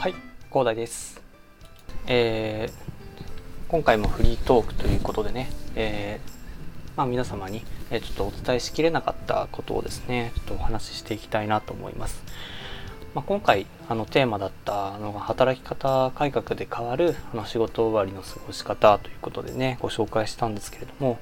はい、広大です。今回もフリートークということでね、皆様にちょっとお伝えしきれなかったことをですね、ちょっとお話ししていきたいなと思います。今回テーマだったのが働き方改革で変わる仕事終わりの過ごし方ということでね、ご紹介したんですけれども、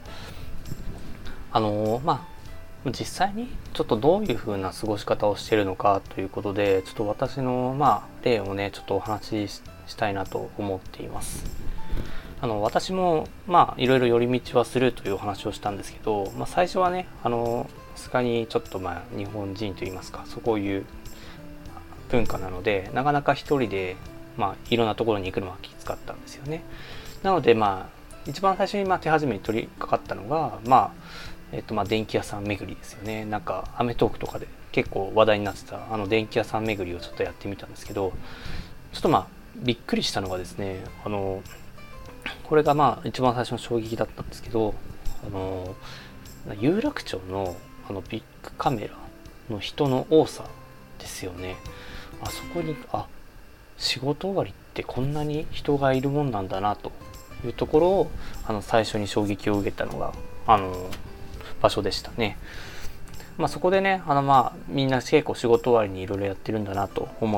実際にちょっとどういう風な過ごし方をしているのかということで、ちょっと私の例をねちょっとお話ししたいなと思っています。私もいろいろ寄り道はするというお話をしたんですけど、最初はねさすがにちょっと日本人といいますか、そういう文化なので、なかなか一人でいろんなところに行くのはきつかったんですよね。なので一番最初に手始めに取り掛かったのが電気屋さん巡りですよね。なんかアメトークとかで結構話題になってた電気屋さん巡りをちょっとやってみたんですけど、ちょっとびっくりしたのがですね、これが一番最初の衝撃だったんですけど、有楽町のビッグカメラの人の多さですよね。あそこに仕事終わりってこんなに人がいるもんなんだなというところを最初に衝撃を受けたのが場所でしたね。そこでねみんな結構仕事終わりにいろいろやってるんだなと思って、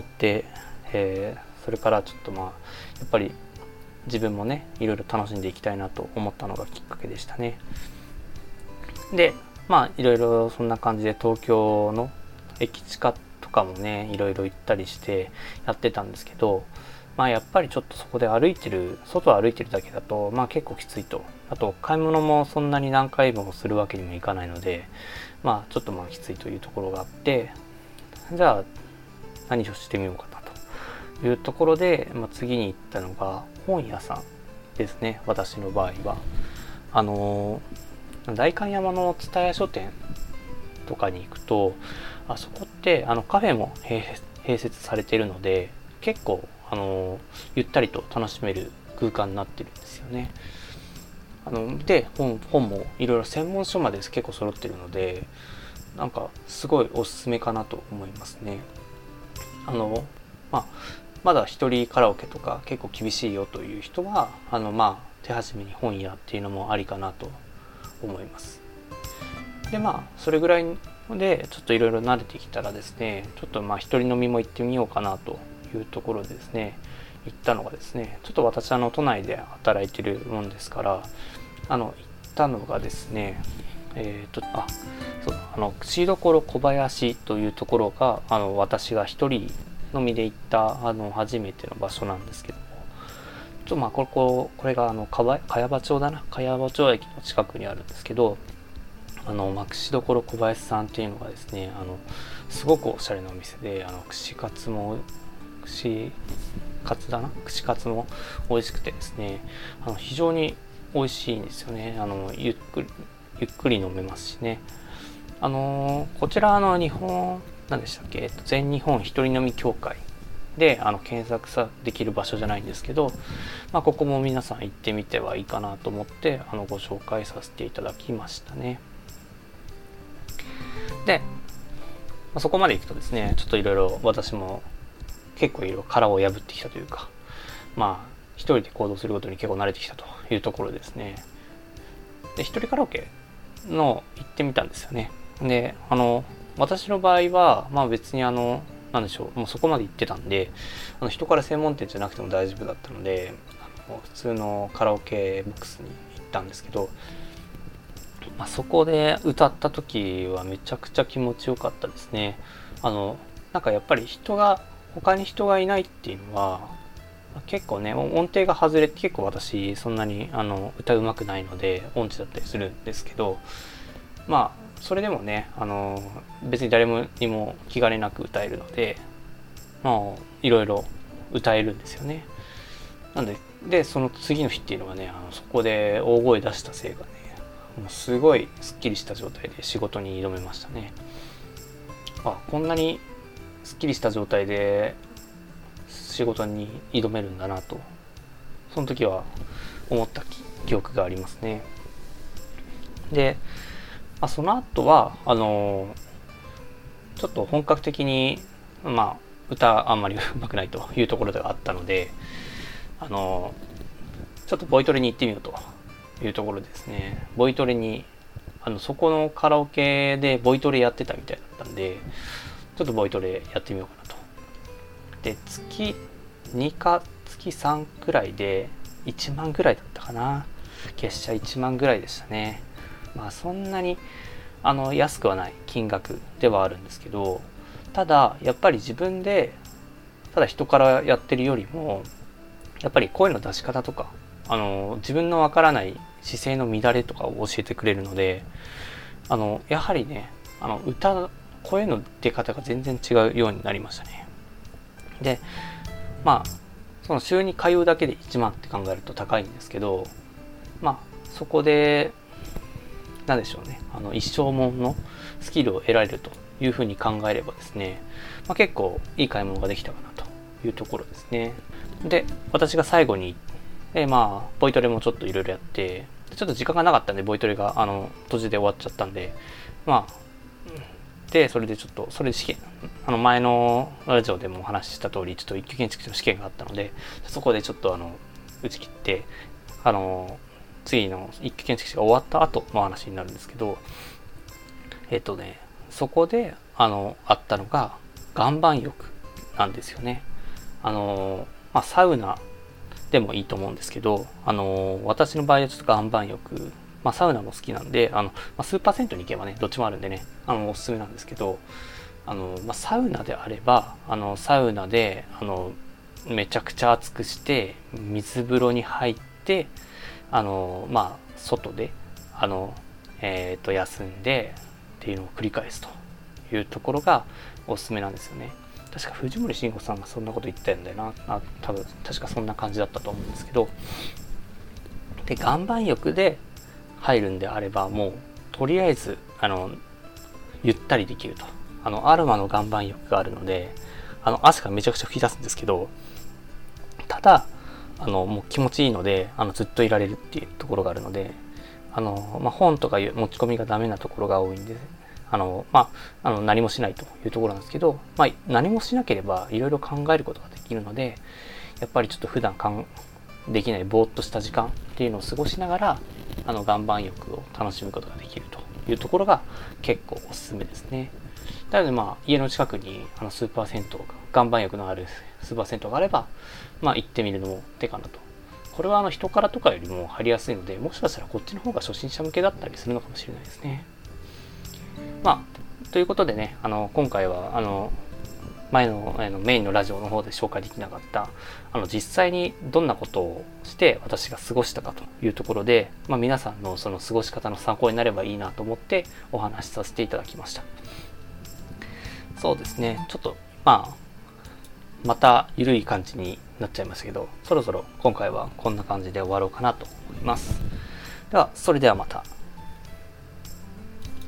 それからちょっとやっぱり自分もねいろいろ楽しんでいきたいなと思ったのがきっかけでしたね。でいろいろそんな感じで東京の駅近とかもねいろいろ行ったりしてやってたんですけど、やっぱりちょっとそこで外を歩いてるだけだと結構きついと。あと買い物もそんなに何回もするわけにもいかないのでちょっときついというところがあって、じゃあ何をしてみようかなというところで、次に行ったのが本屋さんですね。私の場合は代官山の蔦屋書店とかに行くと、あそこってカフェも併設されているので、結構ゆったりと楽しめる空間になってるんですよね。で本もいろいろ専門書まで結構揃ってるので、なんかすごいおすすめかなと思いますね。まだ一人カラオケとか結構厳しいよという人は手始めに本屋っていうのもありかなと思います。でそれぐらいでちょっといろいろ慣れてきたらですね、ちょっと一人飲みも行ってみようかなというところでですね、行ったのがですね、ちょっと私都内で働いてるもんですから行ったのがですね、串どころ小林というところが私が一人飲みで行った初めての場所なんですけども、これが茅場町駅の近くにあるんですけど、串どころ小林さんっていうのがですね、すごくおしゃれなお店で、串カツも美味しくてですね、非常に美味しいんですよね。ゆっくり飲めますしね。こちら日本何でしたっけ、全日本一人飲み協会で検索できる場所じゃないんですけど、ここも皆さん行ってみてはいいかなと思ってご紹介させていただきましたね。でそこまで行くとですね、ちょっといろいろ私も結構いろいろ殻を破ってきたというか、一人で行動することに結構慣れてきたというところですね。で一人カラオケの行ってみたんですよね。で私の場合は別になんでしょう、もうそこまで行ってたんで人から専門店じゃなくても大丈夫だったので普通のカラオケボックスに行ったんですけど、そこで歌った時はめちゃくちゃ気持ちよかったですね。なんかやっぱり他に人がいないっていうのは結構ね、音程が外れて、結構私そんなに歌うまくないので音痴だったりするんですけど、それでもね別に誰にも気兼ねなく歌えるのでいろいろ歌えるんですよね。なんでその次の日っていうのがね、そこで大声出したせいかね、もうすごいすっきりした状態で仕事に挑めましたね。こんなにすっきりした状態で仕事に挑めるんだなと、その時は思った記憶がありますね。でその後はちょっと本格的に歌あんまり上手くないというところではあったので、ちょっとボイトレに行ってみようというところですね。ボイトレにそこのカラオケでボイトレやってたみたいだったんで、ちょっとボイトレやってみようかなと。で、月2か月3くらいで1万ぐらいだったかな。月謝1万ぐらいでしたね。まあそんなに安くはない金額ではあるんですけど、ただやっぱり自分でただ人からやってるよりも、やっぱり声の出し方とか自分のわからない姿勢の乱れとかを教えてくれるので、やはりね声の出方が全然違うようになりましたね。で、まあその週に通うだけで1万って考えると高いんですけど、まあそこでなんでしょうね、一生もんのスキルを得られるというふうに考えればですね、結構いい買い物ができたかなというところですね。で、私が最後にボイトレもちょっといろいろやって、ちょっと時間がなかったんでボイトレが途中で終わっちゃったんで、でそれでちょっとそれで試験前のラジオでもお話しした通り、ちょっと一級建築士の試験があったので、そこでちょっと打ち切って次の一級建築士が終わった後の話になるんですけど、そこであったのが岩盤浴なんですよね。サウナでもいいと思うんですけど、私の場合はちょっと岩盤浴、サウナも好きなんでスーパー銭湯に行けばね、どっちもあるんでねおすすめなんですけど、サウナであればサウナでめちゃくちゃ熱くして水風呂に入って外で休んでっていうのを繰り返すというところがおすすめなんですよね。確か藤森慎吾さんがそんなこと言ったんだよな。確かそんな感じだったと思うんですけど、で岩盤浴で入るんであれば、もうとりあえずゆったりできると。アロマの岩盤浴があるので汗がめちゃくちゃ吹き出すんですけど、ただもう気持ちいいのでずっといられるっていうところがあるので、本とかいう持ち込みがダメなところが多いんで、何もしないというところなんですけど、何もしなければいろいろ考えることができるので、やっぱりちょっと普段できないぼーっとした時間っていうのを過ごしながら岩盤浴を楽しむことができるというところが結構おすすめですね。なので家の近くにスーパー銭湯が岩盤浴のあるスーパー銭湯があれば行ってみるのも手かなと。これは人からとかよりも入りやすいので、もしかしたらこっちの方が初心者向けだったりするのかもしれないですね。ということでね、今回は前のメインのラジオの方で紹介できなかった実際にどんなことをして私が過ごしたかというところで、皆さんのその過ごし方の参考になればいいなと思ってお話しさせていただきました。そうですね、ちょっとまた緩い感じになっちゃいましたけど、そろそろ今回はこんな感じで終わろうかなと思います。ではそれではまた。